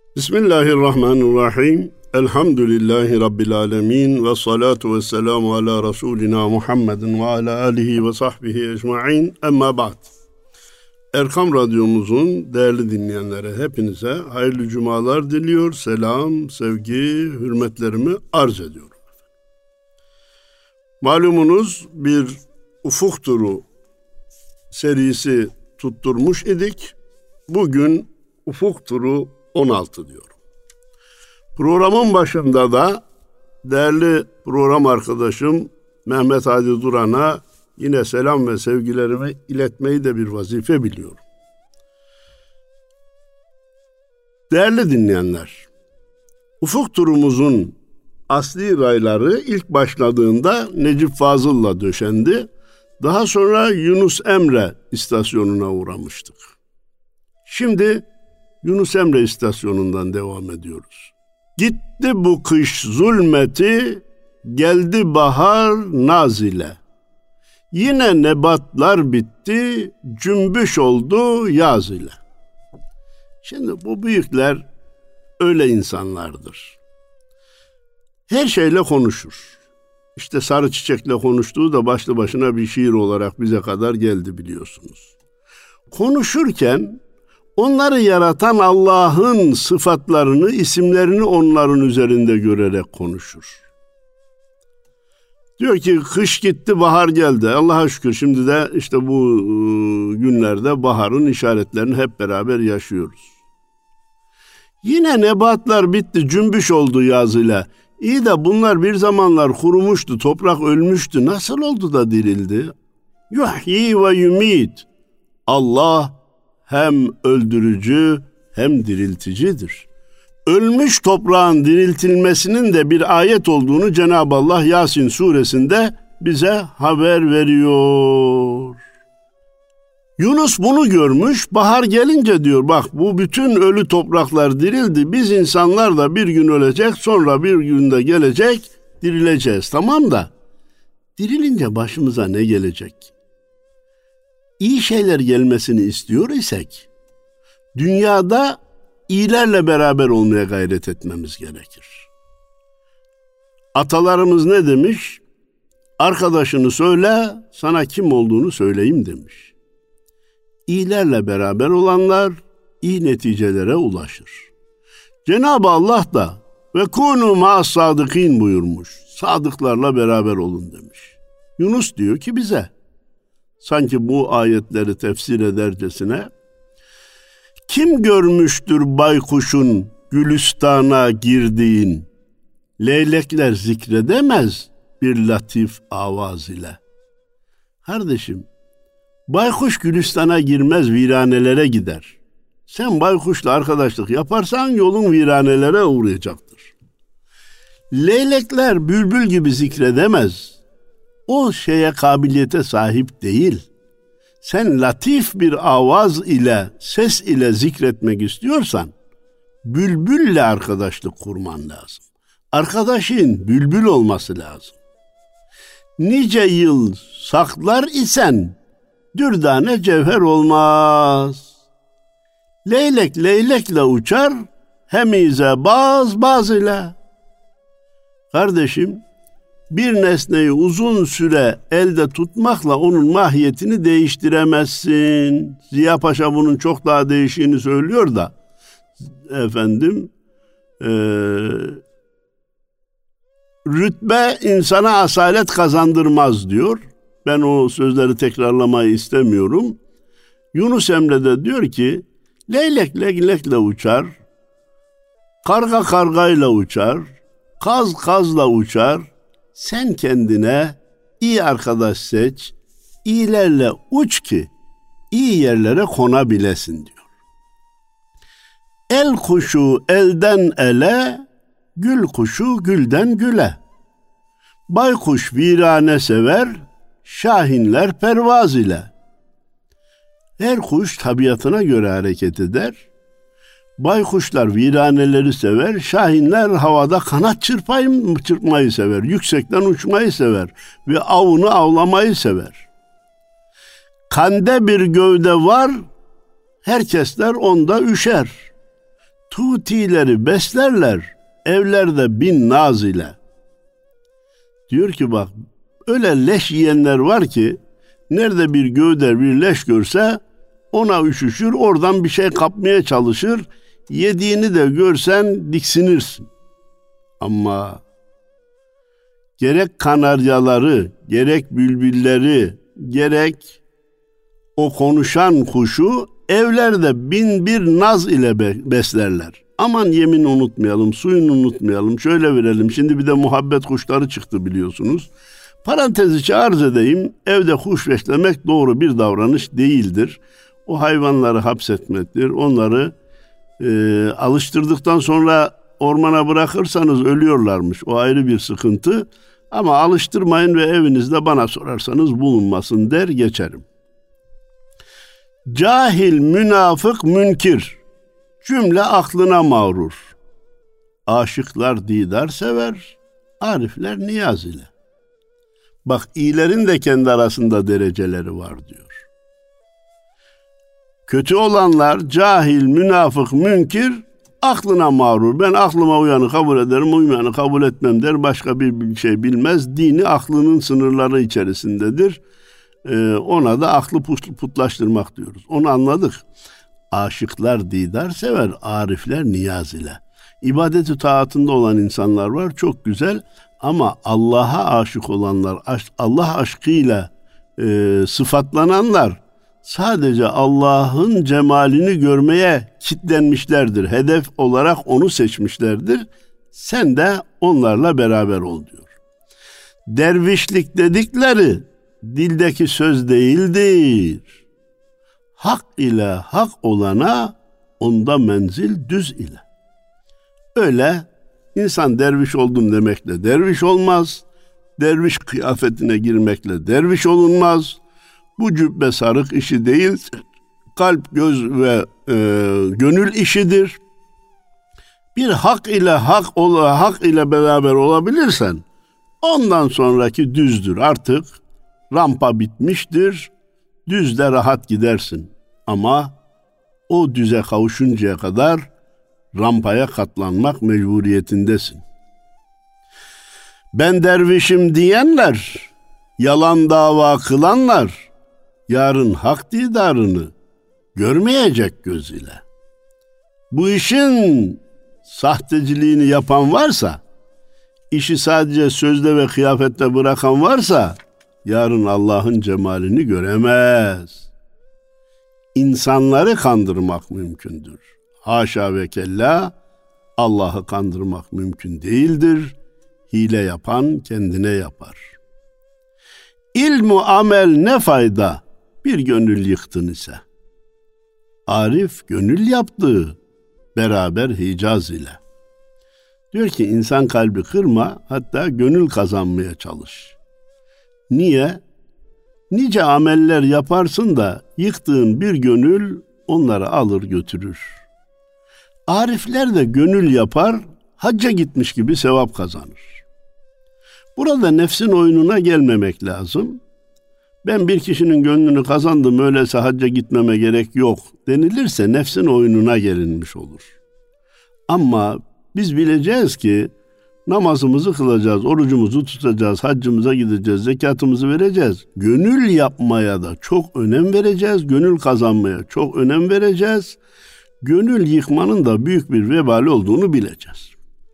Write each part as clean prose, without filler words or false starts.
Bismillahirrahmanirrahim. Elhamdülillahi Rabbil alemin. Ve salatu ve selamu ala Resulina Muhammedin ve ala alihi ve sahbihi ecma'in. Emma ba'd. Erkam Radyomuzun değerli dinleyenlere hepinize hayırlı cumalar diliyor. Selam, sevgi, hürmetlerimi arz ediyorum. Malumunuz bir ufuk turu serisi tutturmuş idik. Bugün ufuk turu 16 diyorum. Programın başında da değerli program arkadaşım Mehmet Hadi Duran'a yine selam ve sevgilerimi iletmeyi de bir vazife biliyorum. Değerli dinleyenler, ufuk turumuzun asli rayları ilk başladığında Necip Fazıl'la döşendi. Daha sonra Yunus Emre istasyonuna uğramıştık. Şimdi Yunus Emre istasyonundan devam ediyoruz. Gitti bu kış zulmeti, geldi bahar naz ile. Yine nebatlar bitti, cümbüş oldu yaz ile. Şimdi bu büyükler öyle insanlardır. Her şeyle konuşur. İşte sarı çiçekle konuştuğu da başlı başına bir şiir olarak bize kadar geldi biliyorsunuz. Konuşurken onları yaratan Allah'ın sıfatlarını, isimlerini onların üzerinde görerek konuşur. Diyor ki kış gitti, bahar geldi. Allah'a şükür şimdi de işte bu günlerde baharın işaretlerini hep beraber yaşıyoruz. Yine nebatlar bitti, cümbüş oldu yaz ile. İyi de bunlar bir zamanlar kurumuştu, toprak ölmüştü. Nasıl oldu da dirildi? Yuhyi ve yumit. Allah hem öldürücü hem dirilticidir. Ölmüş toprağın diriltilmesinin de bir ayet olduğunu Cenab-ı Allah Yasin suresinde bize haber veriyor. Yunus bunu görmüş, bahar gelince diyor bak bu bütün ölü topraklar dirildi. Biz insanlar da bir gün ölecek, sonra bir günde gelecek, dirileceğiz. Tamam da dirilince başımıza ne gelecek? İyi şeyler gelmesini istiyor isek, dünyada iyilerle beraber olmaya gayret etmemiz gerekir. Atalarımız ne demiş? Arkadaşını söyle, sana kim olduğunu söyleyeyim demiş. İyilerle beraber olanlar iyi neticelere ulaşır. Cenab-ı Allah da ve kûnû ma'as sadıkîn buyurmuş. Sadıklarla beraber olun demiş. Yunus diyor ki bize, sanki bu ayetleri tefsir edercesine, kim görmüştür baykuşun gülüstana girdiğin, leylekler zikredemez bir latif avaz ile. Kardeşim, baykuş gülüstana girmez, viranelere gider. Sen baykuşla arkadaşlık yaparsan yolun viranelere uğrayacaktır. Leylekler bülbül gibi zikredemez. O şeye kabiliyete sahip değil. Sen latif bir avaz ile, ses ile zikretmek istiyorsan, bülbülle arkadaşlık kurman lazım. Arkadaşın bülbül olması lazım. Nice yıl saklar isen, dürdane cevher olmaz. Leylek leylekle uçar, hemize baz ile. Kardeşim, bir nesneyi uzun süre elde tutmakla onun mahiyetini değiştiremezsin. Ziya Paşa bunun çok daha değiştiğini söylüyor da, rütbe insana asalet kazandırmaz diyor. Ben o sözleri tekrarlamayı istemiyorum. Yunus Emre de diyor ki, leylek leylekle uçar, karga kargayla uçar, kaz kazla uçar. Sen kendine iyi arkadaş seç, iyilerle uç ki iyi yerlere konabilesin diyor. El kuşu elden ele, gül kuşu gülden güle. Baykuş virane sever, şahinler pervaz ile. Her kuş tabiatına göre hareket eder. Baykuşlar viraneleri sever, şahinler havada kanat çırpmayı sever, yüksekten uçmayı sever ve avını avlamayı sever. Kande bir gövde var, herkesler onda üşer. Tutileri beslerler, evlerde bin naz ile. Diyor ki bak, öyle leş yiyenler var ki, nerede bir gövder bir leş görse ona üşüşür, oradan bir şey kapmaya çalışır. Yediğini de görsen diksinirsin. Ama gerek kanaryaları, gerek bülbülleri, gerek o konuşan kuşu evlerde bin bir naz ile beslerler. Aman yemin unutmayalım, suyunu unutmayalım, şöyle verelim. Şimdi bir de muhabbet kuşları çıktı biliyorsunuz. Parantez içi arz edeyim, evde kuş beslemek doğru bir davranış değildir. O hayvanları hapsetmektir. Onları alıştırdıktan sonra ormana bırakırsanız ölüyorlarmış. O ayrı bir sıkıntı. Ama alıştırmayın ve evinizde bana sorarsanız bulunmasın der geçerim. Cahil, münafık, münkir. Cümle aklına mağrur. Aşıklar didar sever, arifler niyaz ile. Bak, iyilerin de kendi arasında dereceleri var diyor. Kötü olanlar cahil, münafık, münkir, aklına mağrur. Ben aklıma uyanı kabul ederim, uymayanı kabul etmem der. Başka bir şey bilmez. Dini aklının sınırları içerisindedir. Ona da aklı putlaştırmak diyoruz. Onu anladık. Aşıklar didar sever, arifler niyaz ile. İbadet-i taatında olan insanlar var, çok güzel. Ama Allah'a aşık olanlar, Allah aşkıyla sıfatlananlar sadece Allah'ın cemalini görmeye kitlenmişlerdir. Hedef olarak onu seçmişlerdir. Sen de onlarla beraber ol diyor. Dervişlik dedikleri dildeki söz değildir. Hak ile hak olana onda menzil düz ile. Öyle insan derviş oldum demekle derviş olmaz. Derviş kıyafetine girmekle derviş olunmaz. Bu cübbe sarık işi değil, kalp, göz ve gönül işidir. Bir hak ile beraber olabilirsen ondan sonraki düzdür. Artık rampa bitmiştir. Düzde rahat gidersin. Ama o düze kavuşuncaya kadar rampaya katlanmak mecburiyetindesin. Ben dervişim diyenler, yalan dava kılanlar, yarın hak didarını görmeyecek göz ile. Bu işin sahteciliğini yapan varsa, işi sadece sözde ve kıyafette bırakan varsa, yarın Allah'ın cemalini göremez. İnsanları kandırmak mümkündür. Haşa ve kella, Allah'ı kandırmak mümkün değildir. Hile yapan kendine yapar. İlmu amel ne fayda? Bir gönül yıktın ise. Arif gönül yaptığı beraber Hicaz ile. Diyor ki insan kalbi kırma, hatta gönül kazanmaya çalış. Niye? Nice ameller yaparsın da yıktığın bir gönül onları alır götürür. Arifler de gönül yapar, hacca gitmiş gibi sevap kazanır. Burada nefsin oyununa gelmemek lazım. Ben bir kişinin gönlünü kazandım, öyleyse hacca gitmeme gerek yok denilirse nefsin oyununa gelinmiş olur. Ama biz bileceğiz ki namazımızı kılacağız, orucumuzu tutacağız, haccımıza gideceğiz, zekatımızı vereceğiz. Gönül yapmaya da çok önem vereceğiz, gönül kazanmaya çok önem vereceğiz. Gönül yıkmanın da büyük bir vebali olduğunu bileceğiz.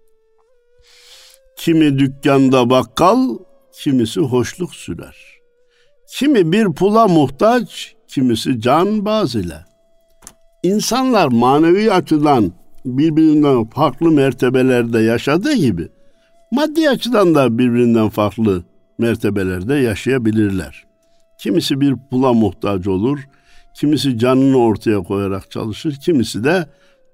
Kimi dükkanda bakkal, kimisi hoşluk sürer. Kimi bir pula muhtaç, kimisi canbaz ile. İnsanlar manevi açıdan birbirinden farklı mertebelerde yaşadığı gibi, maddi açıdan da birbirinden farklı mertebelerde yaşayabilirler. Kimisi bir pula muhtaç olur, kimisi canını ortaya koyarak çalışır, kimisi de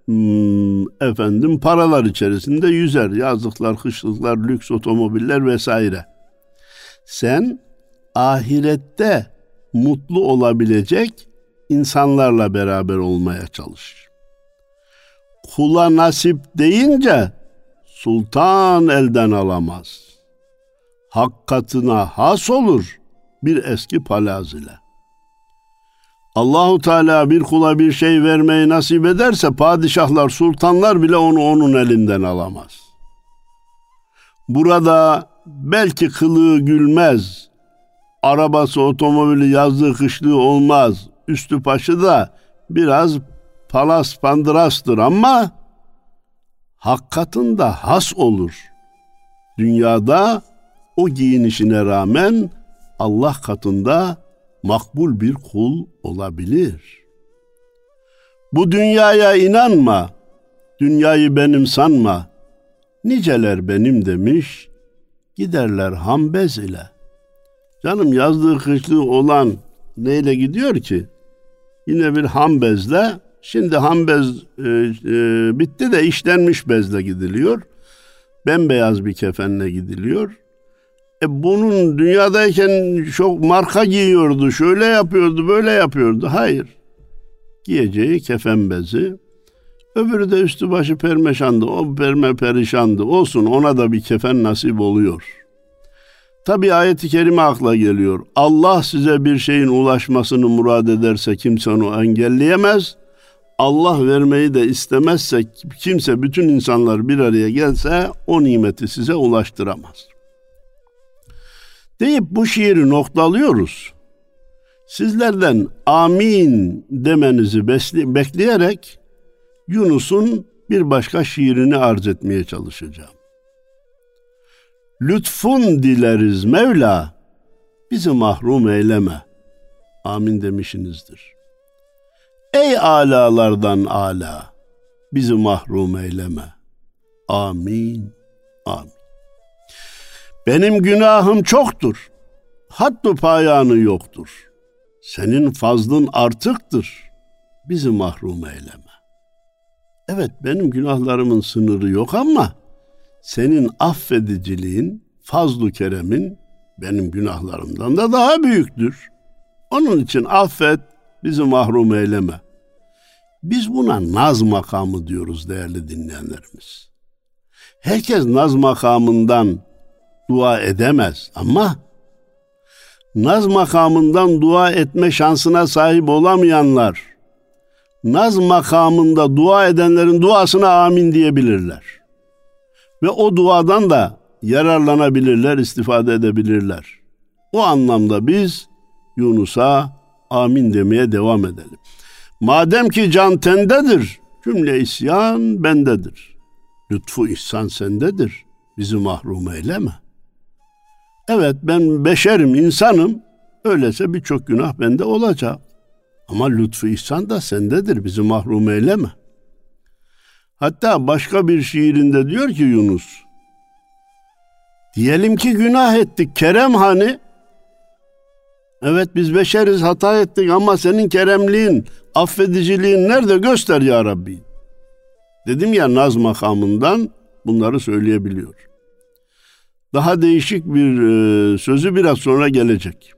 paralar içerisinde yüzer. Yazlıklar, kışlıklar, lüks otomobiller vesaire. Sen ahirette mutlu olabilecek insanlarla beraber olmaya çalış. Kula nasip deyince sultan elden alamaz. Hak katına has olur bir eski palaz ile. Allahu Teala bir kula bir şey vermeyi nasip ederse padişahlar, sultanlar bile onu onun elinden alamaz. Burada belki kılığı gülmez, arabası, otomobili, yazlığı, kışlığı olmaz, üstü başı da biraz palas pandırastır ama hak katında has olur. Dünyada o giyinişine rağmen Allah katında makbul bir kul olabilir. Bu dünyaya inanma, dünyayı benim sanma, niceler benim demiş, giderler hambez ile. Canım yazlığı kışlığı olan neyle gidiyor ki? Yine bir hambezle, şimdi hambez bitti de işlenmiş bezle gidiliyor. Bembeyaz bir kefenle gidiliyor. Bunun dünyadayken çok marka giyiyordu, şöyle yapıyordu, böyle yapıyordu. Hayır. Giyeceği kefen bezi. Öbürü de üstü başı permeşandı, o perişandı. Olsun, ona da bir kefen nasip oluyor. Tabi ayet-i kerime akla geliyor. Allah size bir şeyin ulaşmasını murad ederse kimse onu engelleyemez. Allah vermeyi de istemezse kimse, bütün insanlar bir araya gelse o nimeti size ulaştıramaz. Deyip bu şiiri noktalıyoruz. Sizlerden amin demenizi bekleyerek Yunus'un bir başka şiirini arz etmeye çalışacağım. Lütfun dileriz Mevla, bizi mahrum eyleme. Amin demişsinizdir. Ey âlâlardan âlâ, bizi mahrum eyleme. Amin, amin. Benim günahım çoktur, haddu payanı yoktur. Senin fazlın artıktır, bizi mahrum eyleme. Evet, benim günahlarımın sınırı yok ama senin affediciliğin, fazl-ı keremin benim günahlarımdan da daha büyüktür. Onun için affet, bizi mahrum eyleme. Biz buna naz makamı diyoruz değerli dinleyenlerimiz. Herkes naz makamından dua edemez ama naz makamından dua etme şansına sahip olamayanlar, naz makamında dua edenlerin duasına amin diyebilirler. Ve o duadan da yararlanabilirler, istifade edebilirler. O anlamda biz Yunus'a amin demeye devam edelim. Madem ki can tendedir, cümle isyan bendedir. Lütfu ihsan sendedir, bizi mahrum eyleme. Evet, ben beşerim, insanım, öyleyse birçok günah bende olacak. Ama lütfu ihsan da sendedir, bizi mahrum eyleme. Hatta başka bir şiirinde diyor ki Yunus, diyelim ki günah ettik, kerem hani? Evet, biz beşeriz, hata ettik ama senin keremliğin, affediciliğin nerede, göster ya Rabbi. Dedim ya, naz makamından bunları söyleyebiliyor. Daha değişik bir sözü biraz sonra gelecek.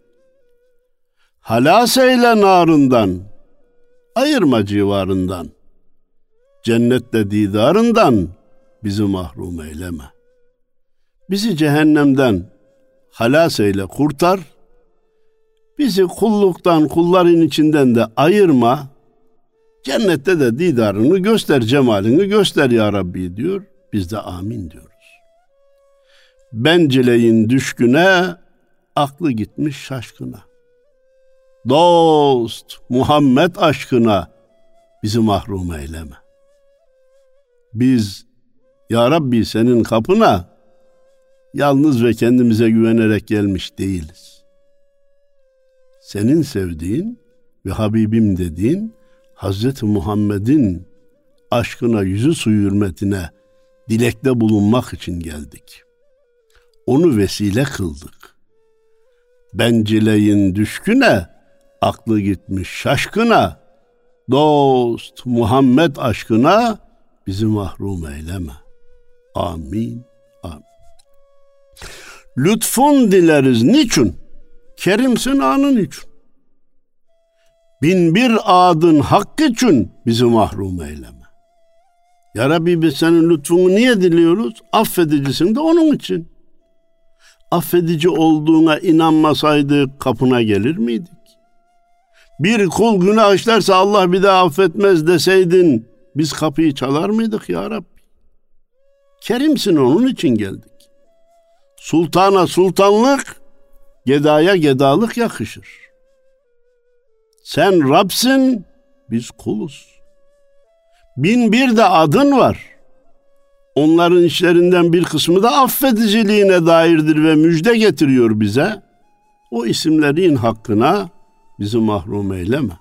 Halas eyle narından, ayırma civarından, cennette didarından bizi mahrum eyleme. Bizi cehennemden halas eyle, kurtar, bizi kulluktan, kulların içincinden de ayırma, cennette de didarını göster, cemalini göster ya Rabbi diyor. Biz de amin diyoruz. Bencileyin düşküne, aklı gitmiş şaşkına. Dost Muhammed aşkına bizi mahrum eyleme. Biz ya Rabbi senin kapına yalnız ve kendimize güvenerek gelmiş değiliz. Senin sevdiğin ve Habibim dediğin Hazreti Muhammed'in aşkına, yüzü suyu hürmetine dilekte bulunmak için geldik. Onu vesile kıldık. Bencileyin düşküne, aklı gitmiş şaşkına, dost Muhammed aşkına bizi mahrum eyleme. Amin, amin. Lütfun dileriz niçin? Kerimsin anın için. Bin bir adın hakkı için bizi mahrum eyleme. Ya Rabbi, biz senin lütfunu niye diliyoruz? Affedicisin de onun için. Affedici olduğuna inanmasaydık kapına gelir miydik? Bir kul günah işlerse Allah bir daha affetmez deseydin biz kapıyı çalar mıydık ya Rabbi? Kerimsin, onun için geldik. Sultana sultanlık, gedaya gedalık yakışır. Sen Rab'sin, biz kuluz. 1001 de adın var. Onların işlerinden bir kısmı da affediciliğine dairdir ve müjde getiriyor bize. O isimlerin hakkına bizi mahrum eyleme.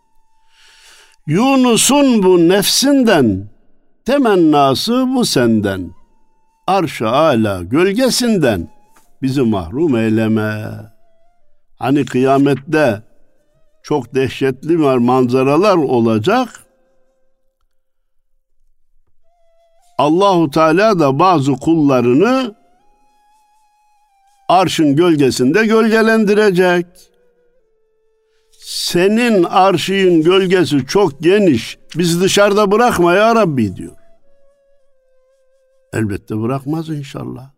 Yunus'un bu nefsinden, temennası bu senden. Arş-ı âlâ gölgesinden bizi mahrum eyleme. Hani kıyamette çok dehşetli manzaralar olacak. Allahu Teala da bazı kullarını arşın gölgesinde gölgelendirecek. Senin arşın gölgesi çok geniş. Bizi dışarıda bırakma ya Rabbi diyor. Elbette bırakmaz inşallah.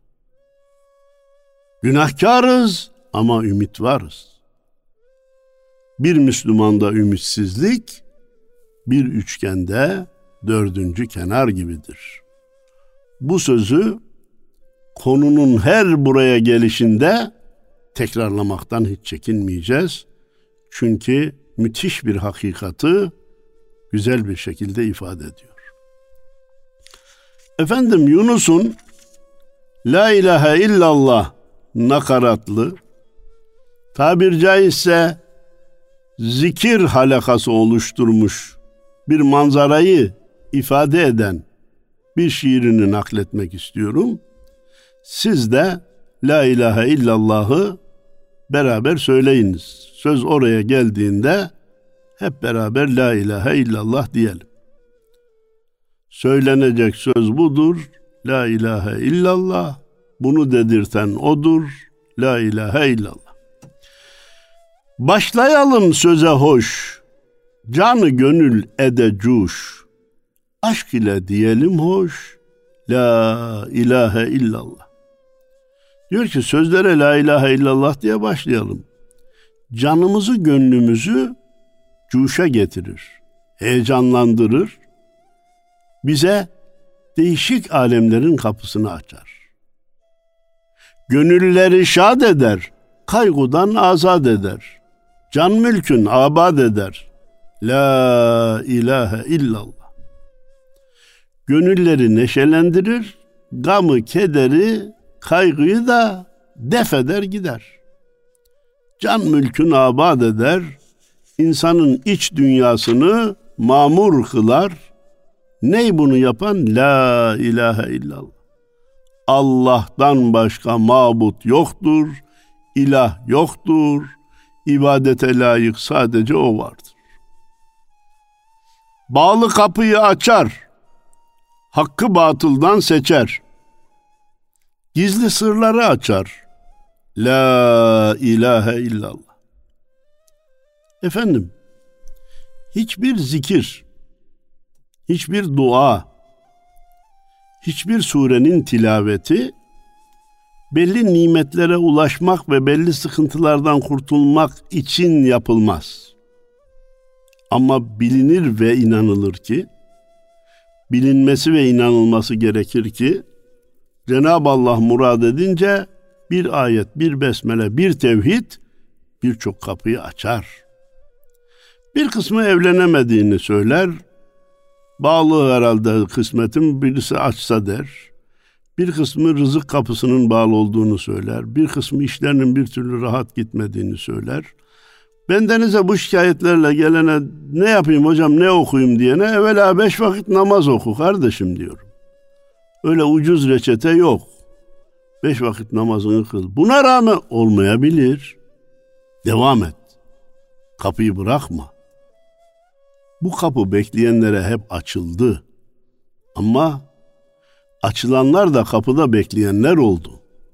Günahkarız ama ümit varız. Bir Müslümanda ümitsizlik, bir üçgende dördüncü kenar gibidir. Bu sözü konunun her buraya gelişinde tekrarlamaktan hiç çekinmeyeceğiz. Çünkü müthiş bir hakikati güzel bir şekilde ifade ediyor. Efendim Yunus'un La ilahe illallah nakaratlı, tabir caizse zikir halakası oluşturmuş bir manzarayı ifade eden bir şiirini nakletmek istiyorum. Siz de La ilahe illallah'ı beraber söyleyiniz. Söz oraya geldiğinde hep beraber La ilahe illallah diyelim. Söylenecek söz budur. La ilahe illallah. Bunu dedirten odur. La ilahe illallah. Başlayalım söze hoş. Canı gönül ede cuş. Aşk ile diyelim hoş. La ilahe illallah. Diyor ki sözlere la ilahe illallah diye başlayalım. Canımızı, gönlümüzü cuşa getirir. Heyecanlandırır. Bize değişik alemlerin kapısını açar. Gönülleri şad eder. Kaygıdan azat eder. Can mülkün abad eder. La ilahe illallah. Gönülleri neşelendirir. Gamı, kederi, kaygıyı da def eder gider. Can mülkün abad eder. İnsanın iç dünyasını mamur kılar. Ney bunu yapan? La ilahe illallah. Allah'tan başka mabut yoktur. İlah yoktur. İbadete layık sadece o vardır. Bağlı kapıyı açar. Hakkı batıldan seçer. Gizli sırları açar. La ilahe illallah. Efendim, hiçbir zikir, hiçbir dua, hiçbir surenin tilaveti belli nimetlere ulaşmak ve belli sıkıntılardan kurtulmak için yapılmaz. Ama bilinir ve inanılır ki, bilinmesi ve inanılması gerekir ki, Cenab-ı Allah murad edince bir ayet, bir besmele, bir tevhid birçok kapıyı açar. Bir kısmı evlenemediğini söyler, bağlı herhalde kısmetim birisi açsa der. Bir kısmı rızık kapısının bağlı olduğunu söyler. Bir kısmı işlerinin bir türlü rahat gitmediğini söyler. Bendenize bu şikayetlerle gelene ne yapayım hocam, ne okuyayım diyene evvela 5 vakit namaz oku kardeşim diyorum. Öyle ucuz reçete yok. 5 vakit namazını kıl. Buna rağmen olmayabilir. Devam et. Kapıyı bırakma. Bu kapı bekleyenlere hep açıldı. Ama açılanlar da kapıda bekleyenler oldu.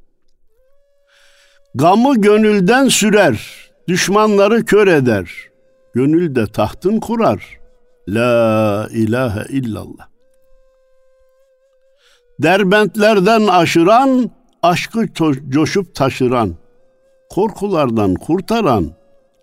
Gamı gönülden sürer, düşmanları kör eder. Gönülde tahtın kurar. La ilahe illallah. Derbentlerden aşıran, aşkı coşup taşıran, korkulardan kurtaran,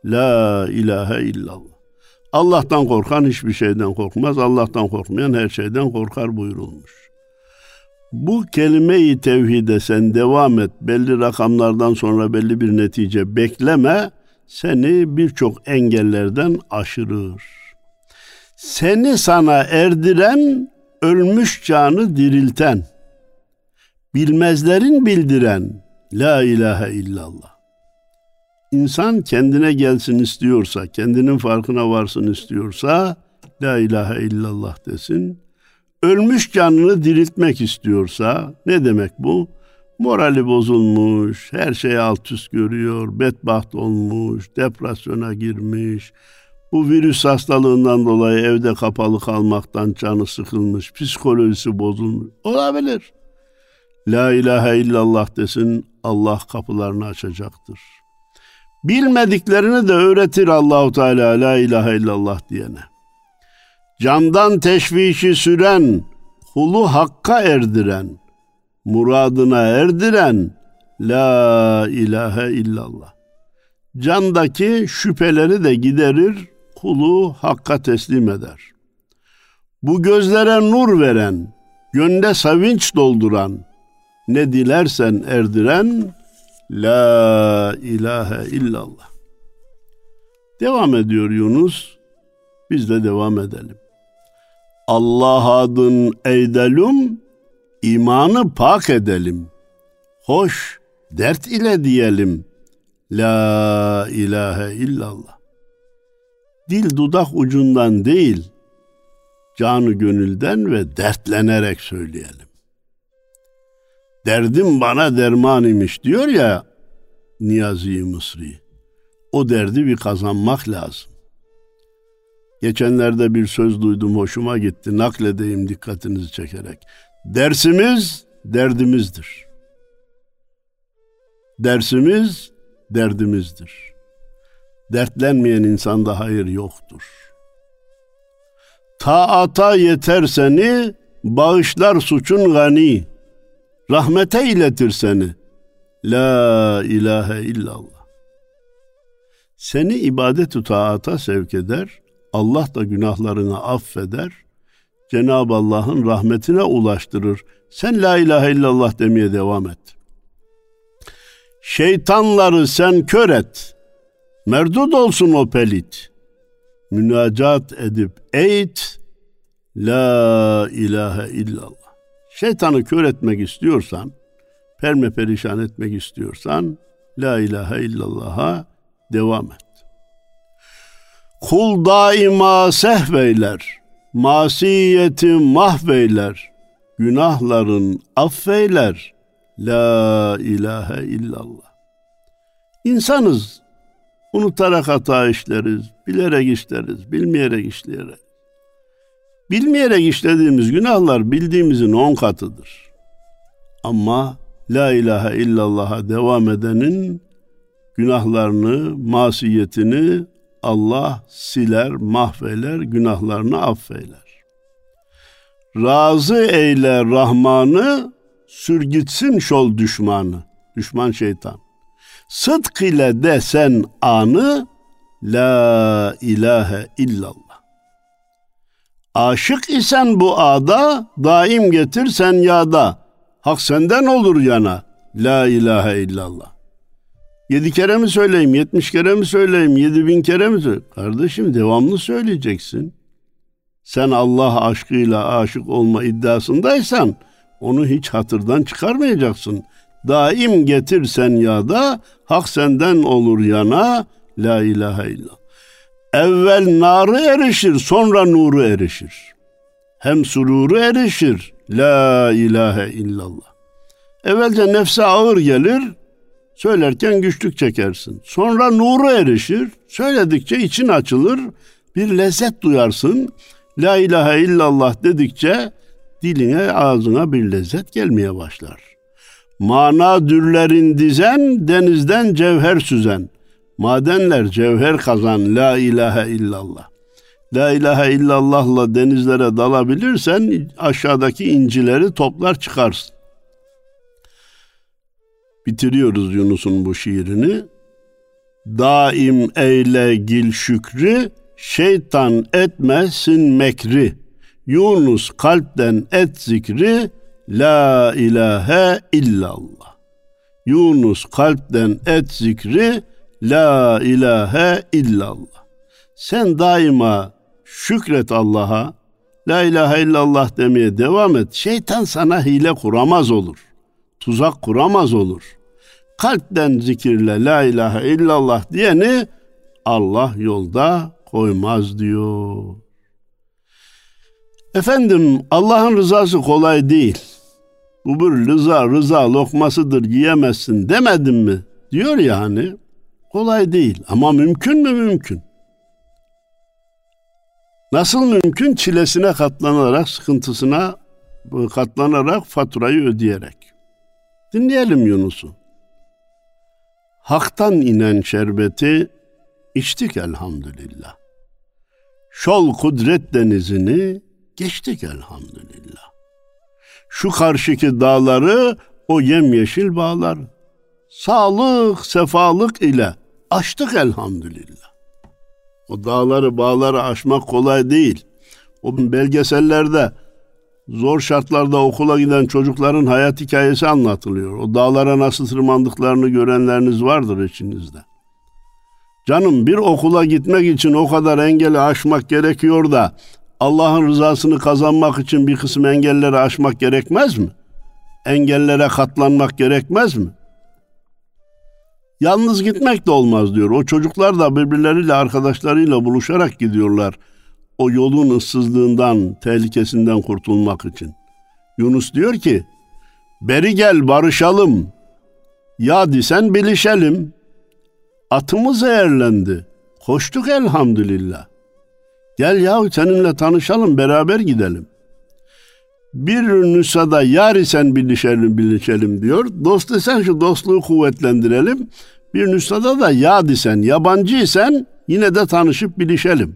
La ilahe illallah. Allah'tan korkan hiçbir şeyden korkmaz. Allah'tan korkmayan her şeyden korkar buyurulmuş. Bu kelime-i tevhide sen devam et. Belli rakamlardan sonra belli bir netice bekleme. Seni birçok engellerden aşırır. Seni sana erdiren, ölmüş canı dirilten, bilmezlerin bildiren la ilahe illallah. İnsan kendine gelsin istiyorsa, kendinin farkına varsın istiyorsa la ilahe illallah desin. Ölmüş canını diriltmek istiyorsa ne demek bu? Morali bozulmuş, her şeyi alt üst görüyor, bedbaht olmuş, depresyona girmiş, bu virüs hastalığından dolayı evde kapalı kalmaktan canı sıkılmış, psikolojisi bozulmuş. Olabilir. La ilahe illallah desin, Allah kapılarını açacaktır. Bilmediklerini de öğretir Allahu Teala la ilahe illallah diyene. Candan teşvişi süren, kulu hakka erdiren, muradına erdiren la ilahe illallah. Candaki şüpheleri de giderir, kulu hakka teslim eder. Bu gözlere nur veren, gönle sevinç dolduran, ne dilersen erdiren la ilahe illallah. Devam ediyor Yunus, biz de devam edelim. Allah adın eydelum, imanı pak edelim. Hoş, dert ile diyelim. La ilahe illallah. Dil dudak ucundan değil, canı gönülden ve dertlenerek söyleyelim. Derdim bana derman imiş diyor ya Niyazi Mısri. O derdi bir kazanmak lazım. Geçenlerde bir söz duydum, hoşuma gitti. Nakledeyim dikkatinizi çekerek. Dersimiz derdimizdir. Dersimiz derdimizdir. Dertlenmeyen insanda hayır yoktur. Taata yeter seni, bağışlar suçun gani. Rahmete iletir seni. La ilahe illallah. Seni ibadet-ü taata sevk eder. Allah da günahlarını affeder. Cenab-ı Allah'ın rahmetine ulaştırır. Sen la ilahe illallah demeye devam et. Şeytanları sen kör et. Merdud olsun o pelit. Münacat edip eğit. La ilahe illallah. Şeytanı kör etmek istiyorsan, perişan etmek istiyorsan, la ilahe illallah'a devam et. Kul daima sehveyler, masiyeti mahveyler, günahların affeyler, la ilahe illallah. İnsanız, unutarak hata işleriz, bilerek işleriz, bilmeyerek işleyerek. Bilmeyerek işlediğimiz günahlar bildiğimizin 10 katıdır. Ama la ilahe illallah'a devam edenin günahlarını, masiyetini Allah siler, mahveyler, günahlarını affeyler. Razı eyle Rahman'ı, sür gitsin şol düşmanı, düşman şeytan. Sıdk ile de sen anı, la ilahe illallah. Aşık isen bu ada, daim getir sen yada. Hak senden olur yana, la ilahe illallah. 7 kere mi söyleyeyim, 70 kere mi söyleyeyim, 7000 kere mi söyleyeyim? Kardeşim devamlı söyleyeceksin. Sen Allah aşkıyla aşık olma iddiasındaysan, onu hiç hatırdan çıkarmayacaksın. Daim getir sen yada, hak senden olur yana, la ilahe illallah. Evvel narı erişir, sonra nuru erişir. Hem sururu erişir, la ilahe illallah. Evvelce nefse ağır gelir, söylerken güçlük çekersin. Sonra nuru erişir, söyledikçe için açılır, bir lezzet duyarsın. La ilahe illallah dedikçe diline, ağzına bir lezzet gelmeye başlar. Mana dürlerin dizen, denizden cevher süzen. Madenler cevher kazan, la ilahe illallah. La ilahe illallah'la denizlere dalabilirsen aşağıdaki incileri toplar çıkarsın. Bitiriyoruz Yunus'un bu şiirini. daim eyle gil şükrü, şeytan etmesin mekri. Yunus kalpten et zikri, la ilahe illallah. Yunus kalpten et zikri, la ilahe illallah. Sen daima şükret Allah'a, la ilahe illallah demeye devam et. Şeytan sana hile kuramaz olur. Tuzak kuramaz olur. Kalpten zikirle la ilahe illallah diyeni Allah yolda koymaz diyor. Efendim, Allah'ın rızası kolay değil. Bu bir rıza lokmasıdır, yiyemezsin demedim mi? Diyor ya hani. Kolay değil ama mümkün mü? Mümkün. Nasıl mümkün? Çilesine katlanarak, sıkıntısına katlanarak, faturayı ödeyerek. Dinleyelim Yunus'u. Hak'tan inen şerbeti içtik elhamdülillah. Şol kudret denizini geçtik elhamdülillah. Şu karşıki dağları, o yemyeşil bağlar, sağlık, sefalık ile aştık elhamdülillah. O dağları, bağları aşmak kolay değil. O belgesellerde zor şartlarda okula giden çocukların hayat hikayesi anlatılıyor. O dağlara nasıl tırmandıklarını görenleriniz vardır içinizde. Canım, bir okula gitmek için o kadar engeli aşmak gerekiyor da Allah'ın rızasını kazanmak için bir kısım engelleri aşmak gerekmez mi? Engellere katlanmak gerekmez mi? Yalnız gitmek de olmaz diyor. O çocuklar da birbirleriyle, arkadaşlarıyla buluşarak gidiyorlar. O yolun ıssızlığından, tehlikesinden kurtulmak için. Yunus diyor ki, beri gel barışalım, ya disen bilişelim. Atımız eğerlendi, koştuk elhamdülillah. Gel yahu seninle tanışalım, beraber gidelim. Bir nüshada yar isen bilişelim diyor. Dost desen şu dostluğu kuvvetlendirelim. Bir nüshada da ya disen, yabancı isen yine de tanışıp bilişelim.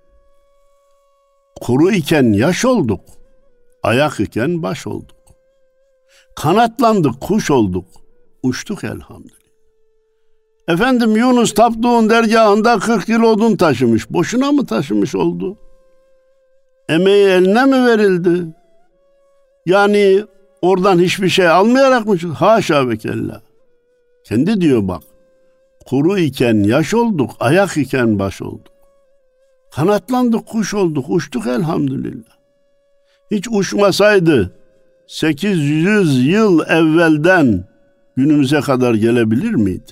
Kuru iken yaş olduk, ayak iken baş olduk. Kanatlandık, kuş olduk, uçtuk elhamdülillah. Efendim, Yunus Tapduk'un dergahında 40 yıl odun taşımış. Boşuna mı taşımış oldu? Emeği eline mi verildi? Yani oradan hiçbir şey almayarak mı? Haşa ve kella. Kendi diyor bak. Kuru iken yaş olduk, ayak iken baş olduk. Kanatlandık, kuş olduk, uçtuk elhamdülillah. Hiç uçmasaydı 800 yıl evvelden günümüze kadar gelebilir miydi?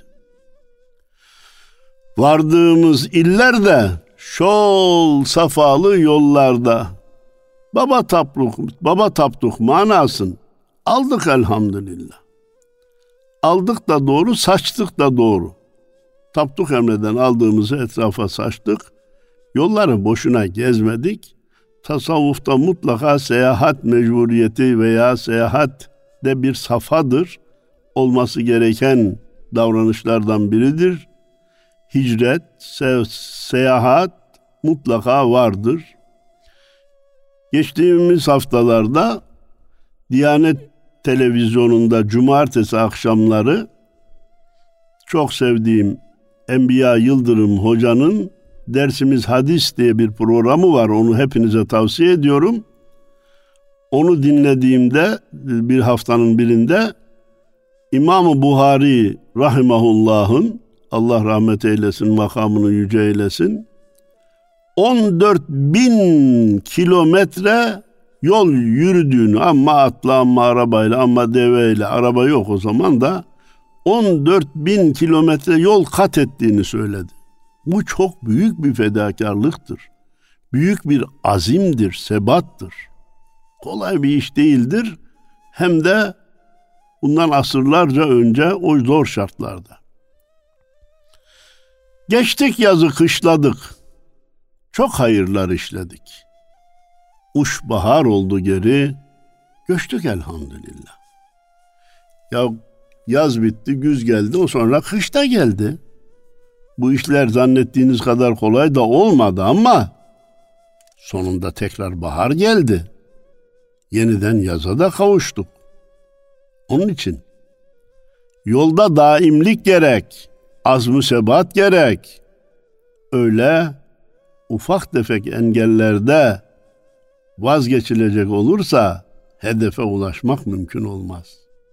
Vardığımız illerde, şol safalı yollarda baba tapduk manasın aldık elhamdülillah. Aldık da doğru, saçtık da doğru. Tapduk emreden aldığımızı etrafa saçtık. Yolları boşuna gezmedik. Tasavvufta mutlaka seyahat mecburiyeti veya seyahat de bir safadır. Olması gereken davranışlardan biridir. Hicret, seyahat mutlaka vardır. Geçtiğimiz haftalarda Diyanet Televizyonu'nda cumartesi akşamları çok sevdiğim Enbiya Yıldırım Hoca'nın Dersimiz Hadis diye bir programı var. Onu hepinize tavsiye ediyorum. Onu dinlediğimde bir haftanın birinde İmam-ı Buhari rahimahullah'ın, Allah rahmet eylesin, makamını yüce eylesin, 14.000 kilometre yol yürüdüğünü, ama atla, ama arabayla, ama deveyle, araba yok o zaman da, 14.000 kilometre yol kat ettiğini söyledi. Bu çok büyük bir fedakarlıktır. Büyük bir azimdir, sebattır. Kolay bir iş değildir. Hem de bundan asırlarca önce o zor şartlarda. Geçtik yazı, kışladık. Çok hayırlar işledik. Uş bahar oldu geri, göçtük elhamdülillah. Ya yaz bitti, güz geldi, o sonra kış da geldi. Bu işler zannettiğiniz kadar kolay da olmadı ama sonunda tekrar bahar geldi. Yeniden yaza da kavuştuk. Onun için yolda daimlik gerek. azm-ı sebat gerek. Öyle ufak tefek engellerde vazgeçilecek olursa hedefe ulaşmak mümkün olmaz.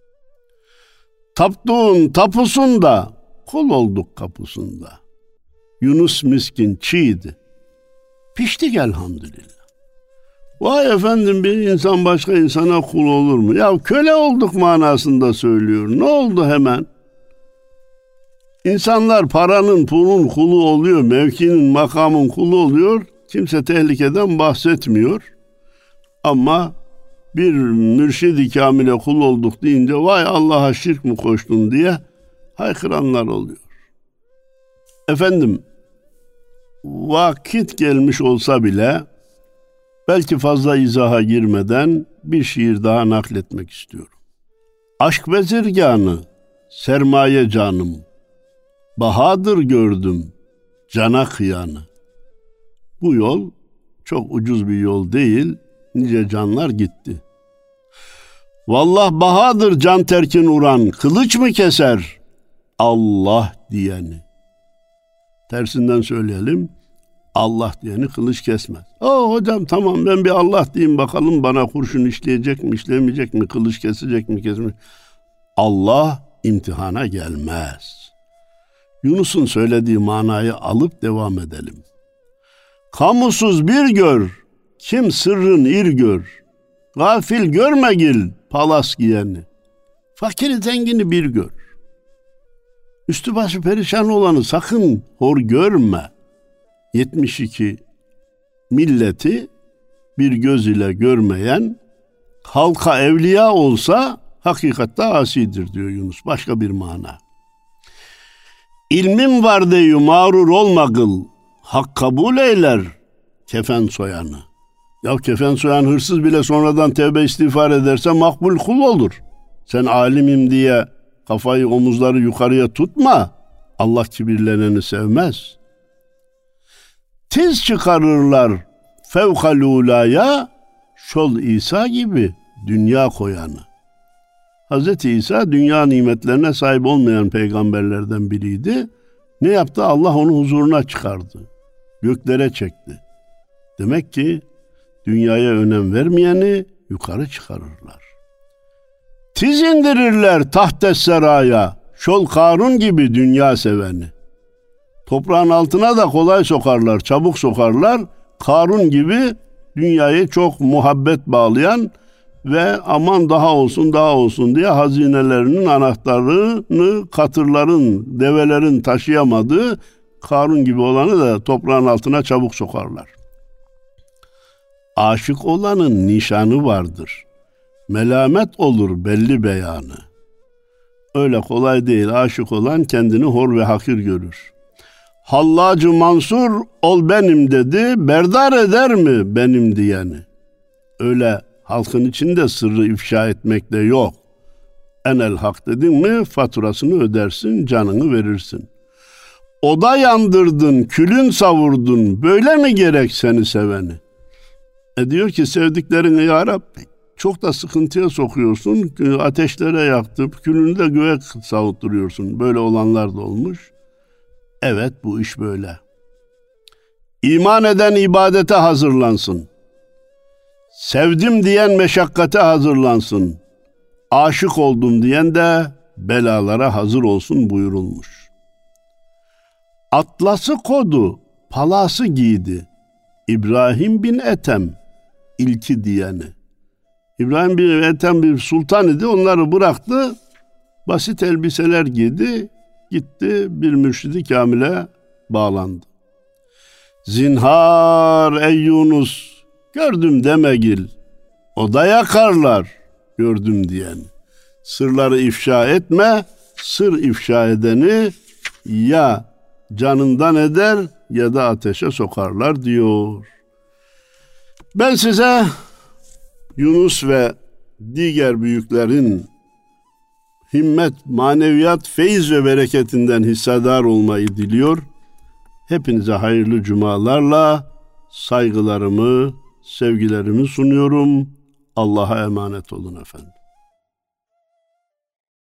Taptuğun tapusunda, kul olduk kapusunda. Yunus miskin çiğdi. Piştik elhamdülillah. Vay efendim, bir insan başka insana kul olur mu? Ya köle olduk manasında söylüyor. Ne oldu hemen? İnsanlar paranın, pulun kulu oluyor, mevkinin, makamın kulu oluyor. Kimse tehlikeden bahsetmiyor. Ama bir mürşid-i kamile kul olduk deyince vay Allah'a şirk mi koştun diye haykıranlar oluyor. Efendim, vakit gelmiş olsa bile belki fazla izaha girmeden bir şiir daha nakletmek istiyorum. Aşk bezirganı, sermaye canım, bahadır gördüm, cana kıyanı. Bu yol çok ucuz bir yol değil, nice canlar gitti. Vallah bahadır can terkin uğran, kılıç mı keser Allah diyeni? Tersinden söyleyelim, Allah diyeni kılıç kesmez. Hocam tamam, ben bir Allah diyeyim bakalım, bana kurşun işleyecek mi, işlemeyecek mi, kılıç kesecek mi, kesmeyecek mi? Allah imtihana gelmez. Yunus'un söylediği manayı alıp devam edelim. Kamusuz bir gör, kim sırrın ir gör. Gafil görme gil, palas giyeni. Fakiri zengini bir gör. Üstü başı perişan olanı sakın hor görme. 72 milleti bir göz ile görmeyen, halka evliya olsa hakikatte asidir diyor Yunus. Başka bir mana. İlmim var deyu mağrur olma kıl, hak kabul eyler kefen soyanı. Ya kefen soyan hırsız bile sonradan tevbe istiğfar ederse makbul kul olur. Sen alimim diye kafayı, omuzları yukarıya tutma. Allah kibirleneni sevmez. Tiz çıkarırlar fevkalulaya, şol İsa gibi dünya koyanı. Hz. İsa dünya nimetlerine sahip olmayan peygamberlerden biriydi. Ne yaptı? Allah onu huzuruna çıkardı. Göklere çekti. Demek ki dünyaya önem vermeyeni yukarı çıkarırlar. Tiz indirirler tahtes seraya, şol Karun gibi dünya seveni. Toprağın altına da kolay sokarlar, çabuk sokarlar. Karun gibi dünyayı çok muhabbet bağlayan ve aman daha olsun daha olsun diye hazinelerinin anahtarını katırların, develerin taşıyamadığı Karun gibi olanı da toprağın altına çabuk sokarlar. Aşık olanın nişanı vardır. Melamet olur belli beyanı. Öyle kolay değil. Aşık olan kendini hor ve hakir görür. Hallacı Mansur ol benim dedi, berdar eder mi benim diyeni? Öyle halkın içinde sırrı ifşa etmek de yok. Enel hak dedin mi faturasını ödersin, canını verirsin. Oda yandırdın, külün savurdun, böyle mi gerek seni seveni? Diyor ki sevdiklerini ya Rabbi çok da sıkıntıya sokuyorsun, ateşlere yaktıp külünü de göğe savutturuyorsun. Böyle olanlar da olmuş. Evet, bu iş böyle. İman eden ibadete hazırlansın. Sevdim diyen meşakkate hazırlansın. Aşık oldum diyen de belalara hazır olsun buyurulmuş. Atlası kodu, palası giydi. İbrahim bin Ethem ilki diyeni. İbrahim bin Ethem bir sultan idi. Onları bıraktı. Basit elbiseler giydi. Gitti bir mürşidi kamile bağlandı. Zinhar ey Yunus gördüm deme gil. O da yakarlar gördüm diyen. Sırları ifşa etme. Sır ifşa edeni ya canından eder ya da ateşe sokarlar diyor. Ben size Yunus ve diğer büyüklerin himmet, maneviyat, feyiz ve bereketinden hissedar olmayı diliyor. Hepinize hayırlı cumalarla saygılarımı, sevgilerimi sunuyorum. Allah'a emanet olun efendim.